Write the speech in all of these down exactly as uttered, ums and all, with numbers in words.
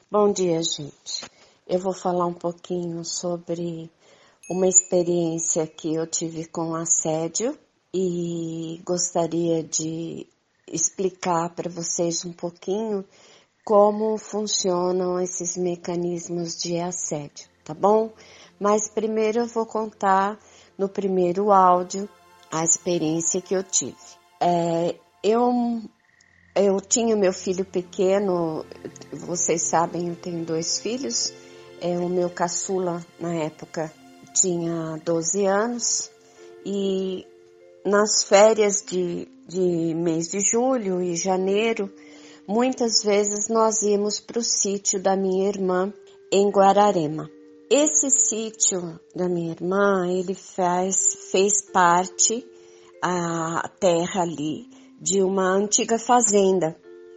Bom dia, gente. Eu vou falar um pouquinho sobre uma experiência que eu tive com assédio e gostaria de explicar para vocês um pouquinho como funcionam esses mecanismos de assédio, tá bom? Mas primeiro eu vou contar no primeiro áudio a experiência que eu tive. É, eu Eu tinha meu filho pequeno, vocês sabem, eu tenho dois filhos. É, o meu caçula, na época, tinha doze anos. E nas férias de, de mês de julho e janeiro, muitas vezes nós íamos para o sítio da minha irmã, em Guararema. Esse sítio da minha irmã, ele faz, fez parte, a terra ali, de uma antiga fazenda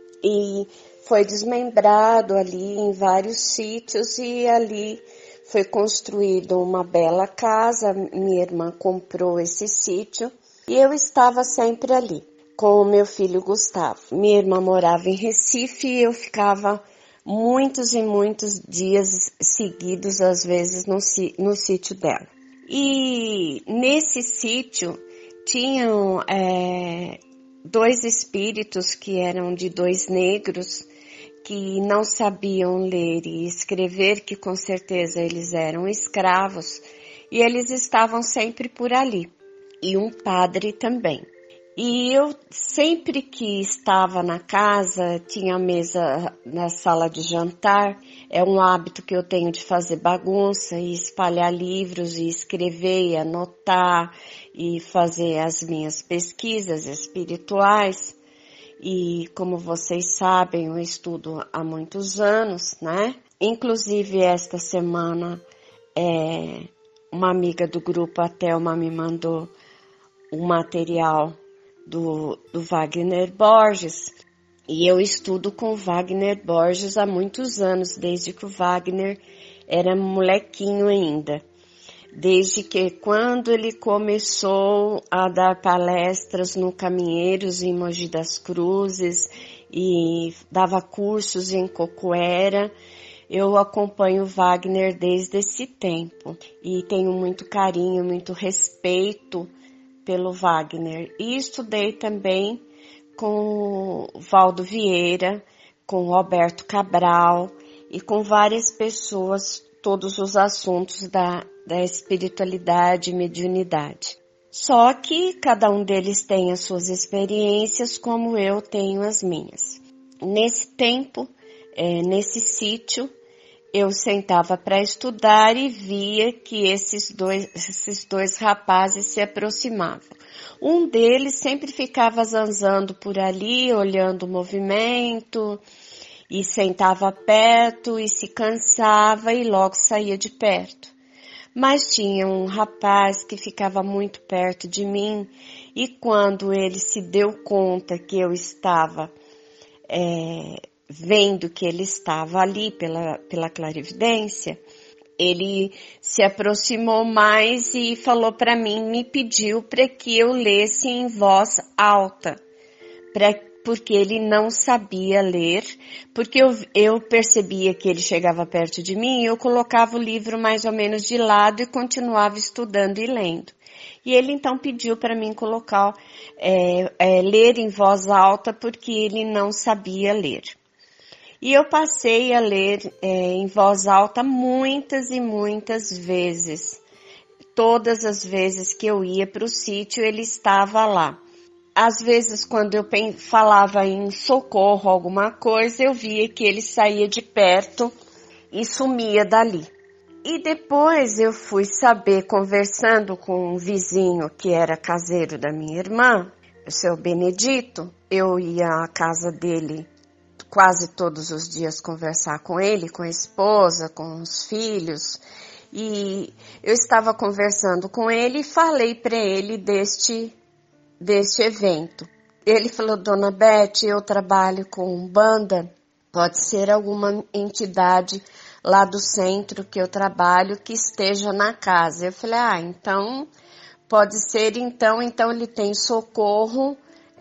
e foi desmembrado ali em vários sítios e ali foi construída uma bela casa. Minha irmã comprou esse sítio e eu estava sempre ali com o meu filho Gustavo. Minha irmã morava em Recife e eu ficava muitos e muitos dias seguidos, às vezes, no, no sítio dela. E nesse sítio tinham é, dois espíritos que eram de dois negros que não sabiam ler e escrever, que com certeza eles eram escravos, e eles estavam sempre por ali, e um padre também. E eu sempre que estava na casa, tinha a mesa na sala de jantar, é um hábito que eu tenho de fazer bagunça e espalhar livros e escrever e anotar e fazer as minhas pesquisas espirituais. E como vocês sabem, eu estudo há muitos anos, né? Inclusive esta semana, é, uma amiga do grupo, a Thelma, me mandou um material Do, do Wagner Borges, e eu estudo com o Wagner Borges há muitos anos, desde que o Wagner era molequinho ainda, desde que quando ele começou a dar palestras no Caminheiros em Mogi das Cruzes e dava cursos em Cocoera. Eu acompanho o Wagner desde esse tempo e tenho muito carinho, muito respeito pelo Wagner. E estudei também com o Valdo Vieira, com o Roberto Cabral e com várias pessoas, todos os assuntos da, da espiritualidade e mediunidade. Só que cada um deles tem as suas experiências, como eu tenho as minhas. Nesse tempo, é, nesse sítio, eu sentava para estudar e via que esses dois, esses dois rapazes se aproximavam. Um deles sempre ficava zanzando por ali, olhando o movimento, e sentava perto e se cansava e logo saía de perto. Mas tinha um rapaz que ficava muito perto de mim e quando ele se deu conta que eu estava é, vendo que ele estava ali pela, pela clarividência, ele se aproximou mais e falou para mim, me pediu para que eu lesse em voz alta, pra, porque ele não sabia ler, porque eu, eu percebia que ele chegava perto de mim e eu colocava o livro mais ou menos de lado e continuava estudando e lendo. E ele então pediu para mim colocar, é, é, ler em voz alta porque ele não sabia ler. E eu passei a ler é, em voz alta muitas e muitas vezes. Todas as vezes que eu ia para o sítio, ele estava lá. Às vezes, quando eu falava em socorro, alguma coisa, eu via que ele saía de perto e sumia dali. E depois eu fui saber, conversando com um vizinho que era caseiro da minha irmã, o seu Benedito, eu ia à casa dele quase todos os dias conversar com ele, com a esposa, com os filhos, e eu estava conversando com ele e falei para ele deste, deste evento. Ele falou, Dona Beth, eu trabalho com Umbanda, pode ser alguma entidade lá do centro que eu trabalho que esteja na casa. Eu falei, ah, então, pode ser então, então ele tem socorro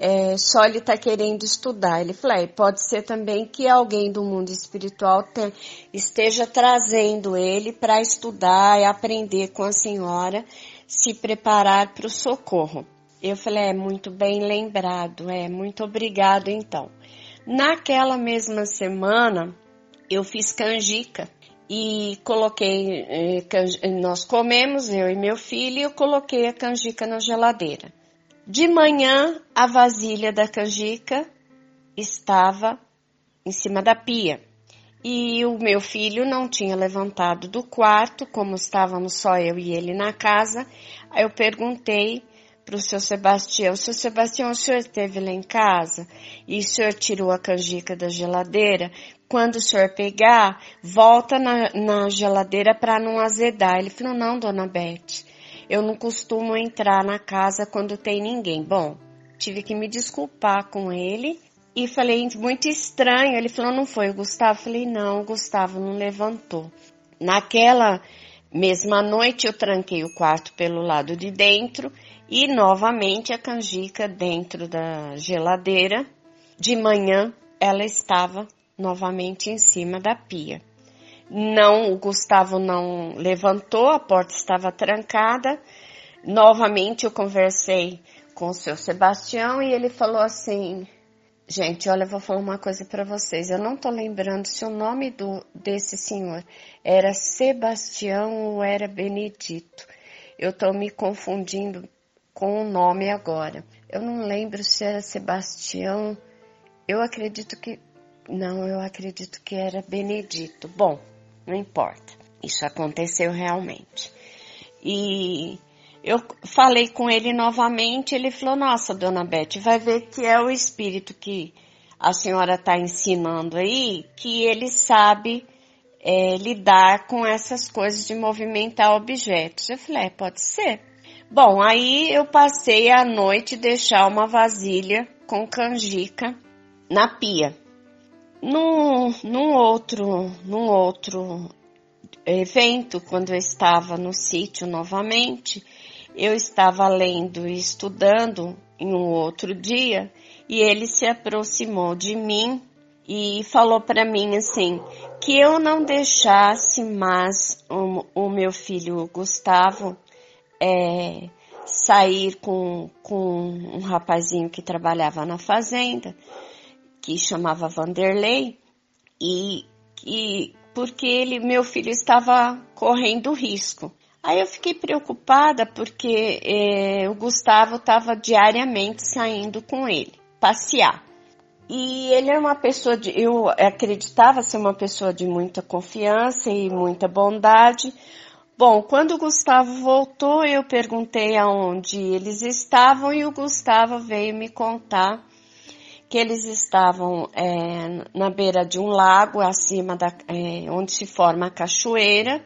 é, só ele está querendo estudar. Ele falou, é, pode ser também que alguém do mundo espiritual te, esteja trazendo ele para estudar e aprender com a senhora, se preparar para o socorro. Eu falei, é muito bem lembrado, é, muito obrigado então. Naquela mesma semana, eu fiz canjica e coloquei, nós comemos, eu e meu filho, e eu coloquei a canjica na geladeira. De manhã, a vasilha da canjica estava em cima da pia. E o meu filho não tinha levantado do quarto, como estávamos só eu e ele na casa. Aí eu perguntei para o seu Sebastião, seu Sebastião, o senhor esteve lá em casa e o senhor tirou a canjica da geladeira? Quando o senhor pegar, volta na, na geladeira para não azedar. Ele falou, não, dona Beth, eu não costumo entrar na casa quando tem ninguém. Bom, tive que me desculpar com ele e falei, muito estranho. Ele falou, não foi o Gustavo? Eu falei, não, o Gustavo não levantou. Naquela mesma noite eu tranquei o quarto pelo lado de dentro e novamente a canjica dentro da geladeira. De manhã ela estava novamente em cima da pia. Não, o Gustavo não levantou, a porta estava trancada. Novamente eu conversei com o seu Sebastião e ele falou assim, gente, olha, eu vou falar uma coisa para vocês, eu não tô lembrando se o nome do, desse senhor era Sebastião ou era Benedito. Eu tô me confundindo com o nome agora. Eu não lembro se era Sebastião, eu acredito que... Não, eu acredito que era Benedito. Bom, não importa. Isso aconteceu realmente. E eu falei com ele novamente, ele falou, nossa, dona Beth, vai ver que é o espírito que a senhora está ensinando aí, que ele sabe é, lidar com essas coisas de movimentar objetos. Eu falei, é, pode ser. Bom, aí eu passei a noite deixar uma vasilha com canjica na pia. Num, num outro, num outro evento, quando eu estava no sítio novamente, eu estava lendo e estudando em um outro dia e ele se aproximou de mim e falou para mim assim, que eu não deixasse mais o, o meu filho Gustavo é, sair com, com um rapazinho que trabalhava na fazenda, que chamava Vanderlei, e, e porque ele, meu filho estava correndo risco. Aí eu fiquei preocupada porque é, o Gustavo estava diariamente saindo com ele, passear. E ele era uma pessoa, de, eu acreditava ser uma pessoa de muita confiança e muita bondade. Bom, quando o Gustavo voltou, eu perguntei aonde eles estavam e o Gustavo veio me contar que eles estavam é, na beira de um lago, acima da, é, onde se forma a cachoeira,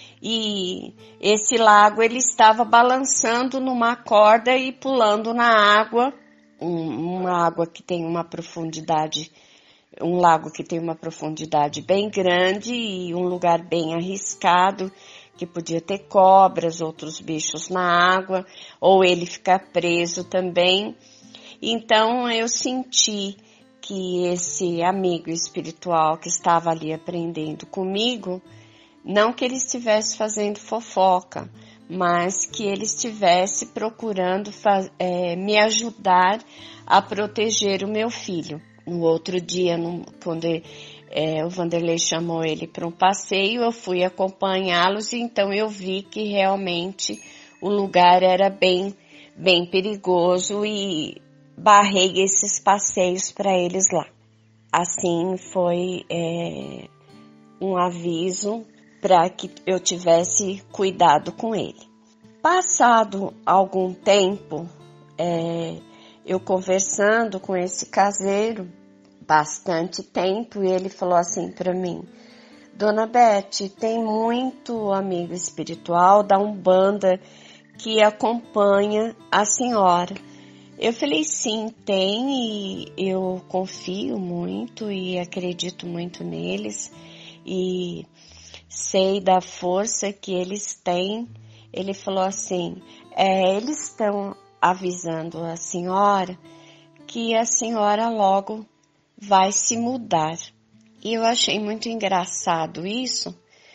e esse lago ele estava balançando numa corda e pulando na água, um, uma água que tem uma profundidade, um lago que tem uma profundidade bem grande e um lugar bem arriscado, que podia ter cobras, outros bichos na água, ou ele ficar preso também. Então eu senti que esse amigo espiritual que estava ali aprendendo comigo, não que ele estivesse fazendo fofoca, mas que ele estivesse procurando faz, é, me ajudar a proteger o meu filho. No outro dia, no, quando ele, é, o Vanderlei chamou ele para um passeio, eu fui acompanhá-los e então eu vi que realmente o lugar era bem, bem perigoso e barrei esses passeios para eles lá. Assim foi é, um aviso para que eu tivesse cuidado com ele. Passado algum tempo, é, eu conversando com esse caseiro, bastante tempo, e ele falou assim para mim, Dona Beth, tem muito amigo espiritual da Umbanda que acompanha a senhora. Eu falei, sim, tem, e eu confio muito e acredito muito neles e sei da força que eles têm. Ele falou assim, é, eles estão avisando a senhora que a senhora logo vai se mudar. E eu achei muito engraçado isso,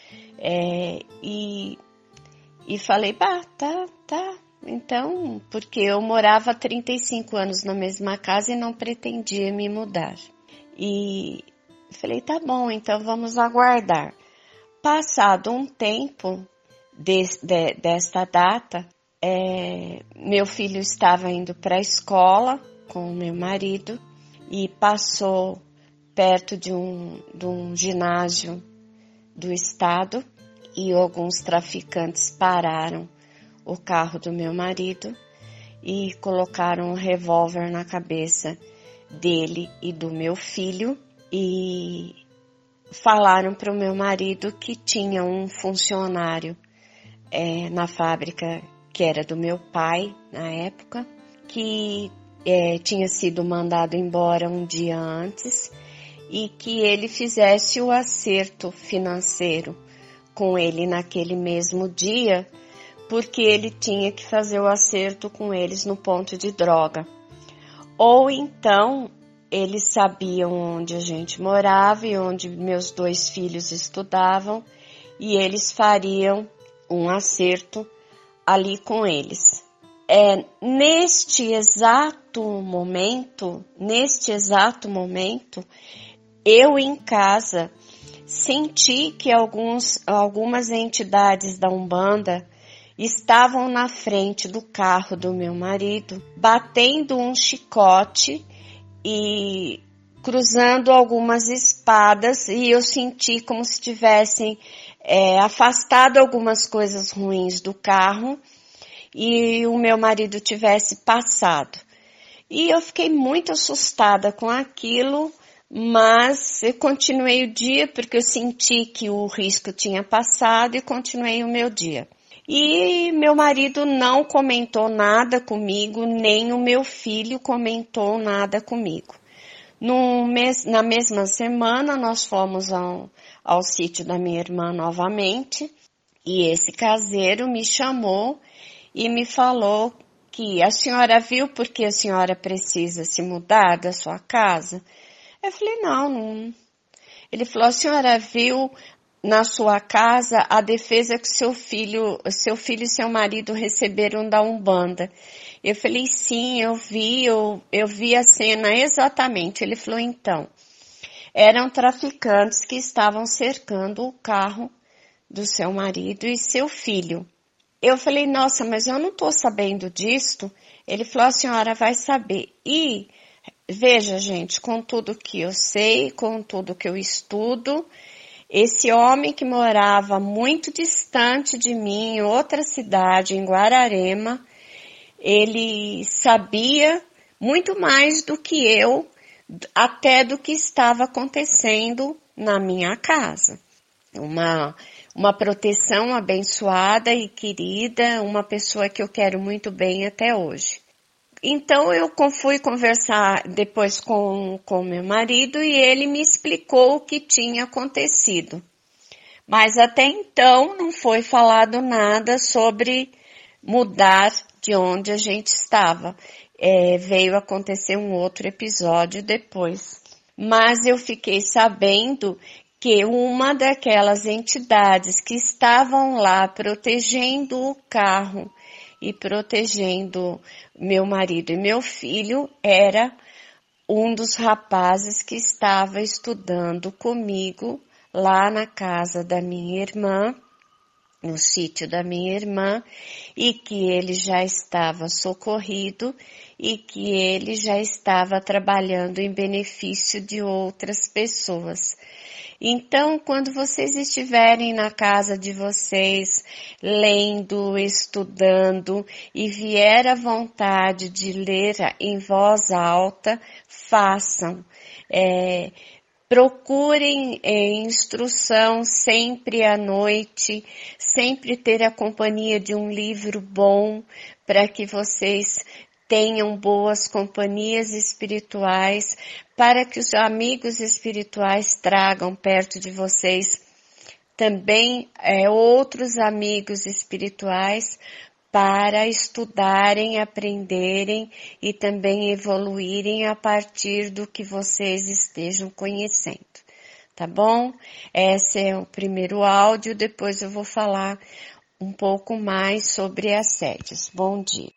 é, e, e falei, bah, tá, tá, então, porque eu morava há trinta e cinco anos na mesma casa e não pretendia me mudar. E falei, tá bom, então vamos aguardar. Passado um tempo de, de, desta data, é, meu filho estava indo para a escola com o meu marido e passou perto de um, de um ginásio do estado e alguns traficantes pararam o carro do meu marido e colocaram um revólver na cabeça dele e do meu filho e falaram para o meu marido que tinha um funcionário é, na fábrica que era do meu pai na época, que é, tinha sido mandado embora um dia antes e que ele fizesse o acerto financeiro com ele naquele mesmo dia, porque ele tinha que fazer o acerto com eles no ponto de droga. Ou então, eles sabiam onde a gente morava e onde meus dois filhos estudavam, e eles fariam um acerto ali com eles. É, neste exato momento, neste exato momento, eu em casa senti que alguns, algumas entidades da Umbanda estavam na frente do carro do meu marido, batendo um chicote e cruzando algumas espadas, e eu senti como se tivessem é, afastado algumas coisas ruins do carro e o meu marido tivesse passado. E eu fiquei muito assustada com aquilo, mas eu continuei o dia porque eu senti que o risco tinha passado e continuei o meu dia. E meu marido não comentou nada comigo, nem o meu filho comentou nada comigo. No mes, na mesma semana, nós fomos ao, ao sítio da minha irmã novamente, e esse caseiro me chamou e me falou que a senhora viu porque a senhora precisa se mudar da sua casa? Eu falei, não, não. Ele falou, a senhora viu na sua casa a defesa que seu filho, seu filho e seu marido receberam da Umbanda. Eu falei, sim, eu vi, eu, eu vi a cena exatamente. Ele falou, então, eram traficantes que estavam cercando o carro do seu marido e seu filho. Eu falei, nossa, mas eu não estou sabendo disto. Ele falou, a senhora vai saber. E veja, gente, com tudo que eu sei, com tudo que eu estudo, esse homem que morava muito distante de mim, em outra cidade, em Guararema, ele sabia muito mais do que eu, até do que estava acontecendo na minha casa. Uma, uma proteção abençoada e querida, uma pessoa que eu quero muito bem até hoje. Então eu fui conversar depois com o meu marido e ele me explicou o que tinha acontecido. Mas até então não foi falado nada sobre mudar de onde a gente estava. É, veio acontecer um outro episódio depois. Mas eu fiquei sabendo que uma daquelas entidades que estavam lá protegendo o carro e protegendo meu marido e meu filho era um dos rapazes que estava estudando comigo lá na casa da minha irmã, no sítio da minha irmã, e que ele já estava socorrido e que ele já estava trabalhando em benefício de outras pessoas. Então, quando vocês estiverem na casa de vocês, lendo, estudando, e vier a vontade de ler em voz alta, façam. É, procurem é, instrução sempre à noite, sempre ter a companhia de um livro bom, para que vocês tenham boas companhias espirituais, para que os amigos espirituais tragam perto de vocês também é, outros amigos espirituais, para estudarem, aprenderem e também evoluírem a partir do que vocês estejam conhecendo, tá bom? Esse é o primeiro áudio, depois eu vou falar um pouco mais sobre assédios. Bom dia.